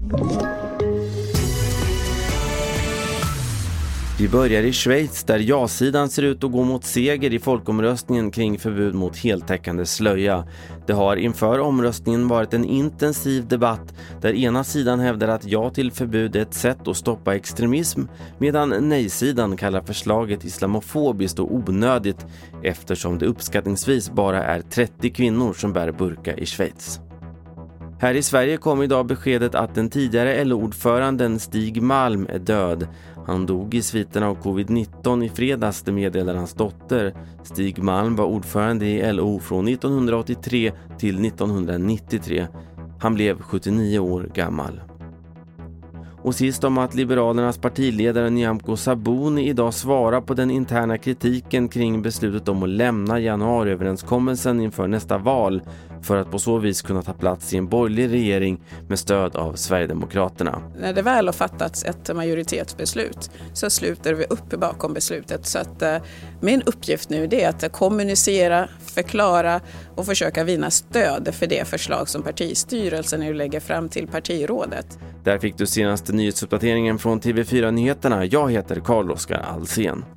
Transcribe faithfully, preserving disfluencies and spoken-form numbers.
Vi börjar i Schweiz där ja-sidan ser ut att gå mot seger i folkomröstningen kring förbud mot heltäckande slöja. Det har inför omröstningen varit en intensiv debatt där ena sidan hävdar att ja till förbud är ett sätt att stoppa extremism, medan nej-sidan kallar förslaget islamofobiskt och onödigt eftersom det uppskattningsvis bara är trettio kvinnor som bär burka i Schweiz. Här i Sverige kom idag beskedet att den tidigare L O-ordföranden Stig Malm är död. Han dog i sviterna av covid nitton i fredags, det meddelar hans dotter. Stig Malm var ordförande i L O från nittonhundraåttiotre till nittonhundranittiotre. Han blev sjuttionio år gammal. Och sist om att Liberalernas partiledare Nyamko Sabuni idag svarar på den interna kritiken kring beslutet om att lämna januariöverenskommelsen inför nästa val för att på så vis kunna ta plats i en borgerlig regering med stöd av Sverigedemokraterna. När det väl har fattats ett majoritetsbeslut så sluter vi upp bakom beslutet. Så att eh, min uppgift nu är att kommunicera, förklara och försöka vinna stöd för det förslag som partistyrelsen nu lägger fram till partirådet. Där fick du senaste nyhetsuppdateringen från T V fyra Nyheterna. Jag heter Carl-Oskar Alsen.